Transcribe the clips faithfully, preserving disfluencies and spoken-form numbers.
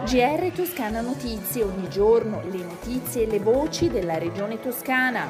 G R Toscana Notizie, ogni giorno le notizie e le voci della regione toscana.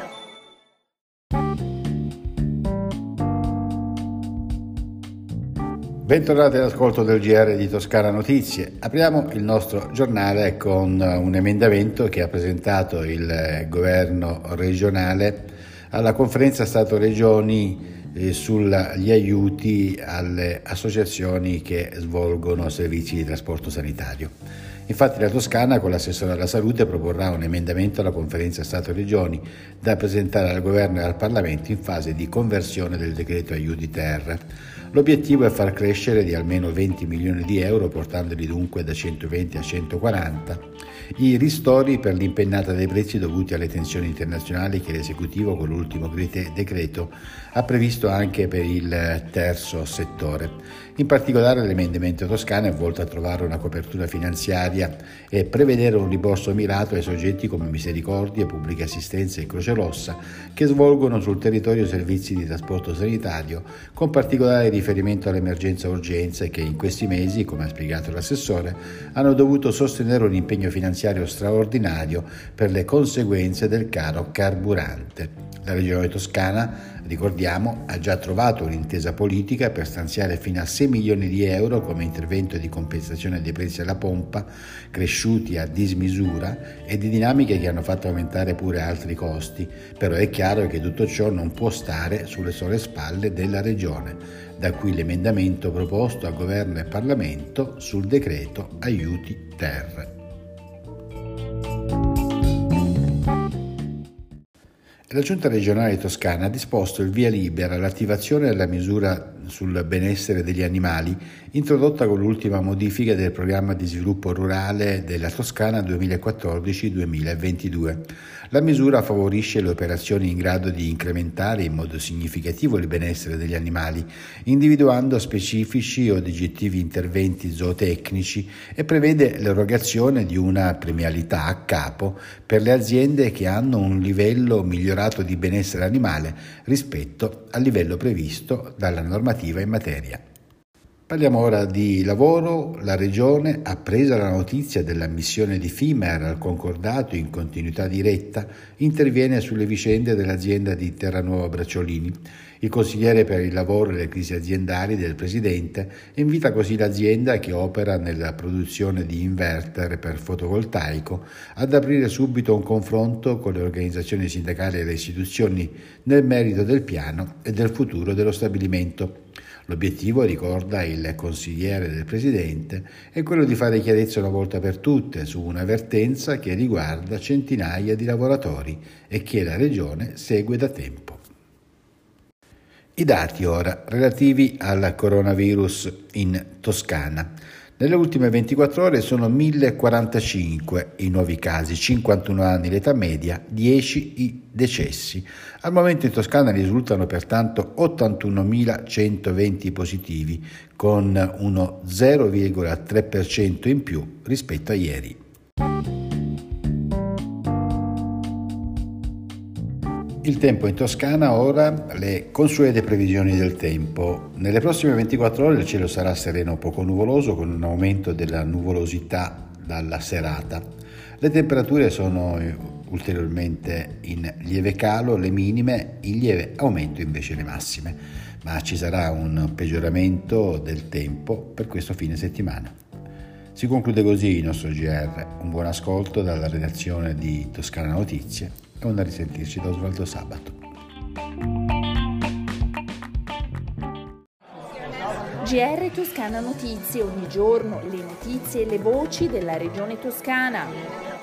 Bentornati all'ascolto del G R di Toscana Notizie. Apriamo il nostro giornale con un emendamento che ha presentato il governo regionale alla conferenza Stato-Regioni sugli aiuti alle associazioni che svolgono servizi di trasporto sanitario. Infatti la Toscana, con l'assessore alla salute, proporrà un emendamento alla conferenza Stato-Regioni da presentare al governo e al Parlamento in fase di conversione del decreto aiuti ter. L'obiettivo è far crescere di almeno venti milioni di euro, portandoli dunque da centoventi a centoquaranta, i ristori per l'impennata dei prezzi dovuti alle tensioni internazionali che l'esecutivo con l'ultimo decreto ha previsto anche per il terzo settore. In particolare l'emendamento Toscana è volto a trovare una copertura finanziaria e prevedere un rimborso mirato ai soggetti come Misericordie, Pubbliche Assistenze e Croce Rossa che svolgono sul territorio servizi di trasporto sanitario, con particolare riferimento all'emergenza urgenza e che in questi mesi, come ha spiegato l'assessore, hanno dovuto sostenere un impegno finanziario straordinario per le conseguenze del caro carburante. La Regione Toscana, ricordiamo, ha già trovato un'intesa politica per stanziare fino a sei milioni di euro come intervento di compensazione dei prezzi alla pompa, cresciuti a dismisura e di dinamiche che hanno fatto aumentare pure altri costi, però è chiaro che tutto ciò non può stare sulle sole spalle della Regione, da qui l'emendamento proposto a Governo e Parlamento sul decreto aiuti ter. La Giunta regionale toscana ha disposto il via libera all'attivazione della misura sul benessere degli animali introdotta con l'ultima modifica del programma di sviluppo rurale della Toscana duemilaquattordici duemilaventidue. La misura favorisce le operazioni in grado di incrementare in modo significativo il benessere degli animali, individuando specifici o oggettivi interventi zootecnici e prevede l'erogazione di una premialità a capo per le aziende che hanno un livello migliorato di benessere animale rispetto al livello previsto dalla normativa in materia. Parliamo ora di lavoro. La Regione, appresa la notizia dell'ammissione di Fimer al concordato in continuità diretta, interviene sulle vicende dell'azienda di Terranuova Bracciolini. Il consigliere per il lavoro e le crisi aziendali del Presidente invita così l'azienda, che opera nella produzione di inverter per fotovoltaico, ad aprire subito un confronto con le organizzazioni sindacali e le istituzioni nel merito del piano e del futuro dello stabilimento. L'obiettivo, ricorda il consigliere del Presidente, è quello di fare chiarezza una volta per tutte su una vertenza che riguarda centinaia di lavoratori e che la Regione segue da tempo. I dati ora relativi al coronavirus in Toscana. Nelle ultime ventiquattro ore sono mille quarantacinque i nuovi casi, cinquantuno anni l'età media, dieci i decessi. Al momento in Toscana risultano pertanto ottantunomilacentoventi positivi, con uno zero virgola tre per cento in più rispetto a ieri. Il tempo in Toscana ora, le consuete previsioni del tempo. Nelle prossime ventiquattro ore il cielo sarà sereno o poco nuvoloso, con un aumento della nuvolosità dalla serata. Le temperature sono ulteriormente in lieve calo, le minime in lieve aumento invece le massime, ma ci sarà un peggioramento del tempo per questo fine settimana. Si conclude così il nostro G R. Un buon ascolto dalla redazione di Toscana Notizie e un a risentirci da Osvaldo Sabato. G R Toscana Notizie, ogni giorno le notizie e le voci della regione toscana.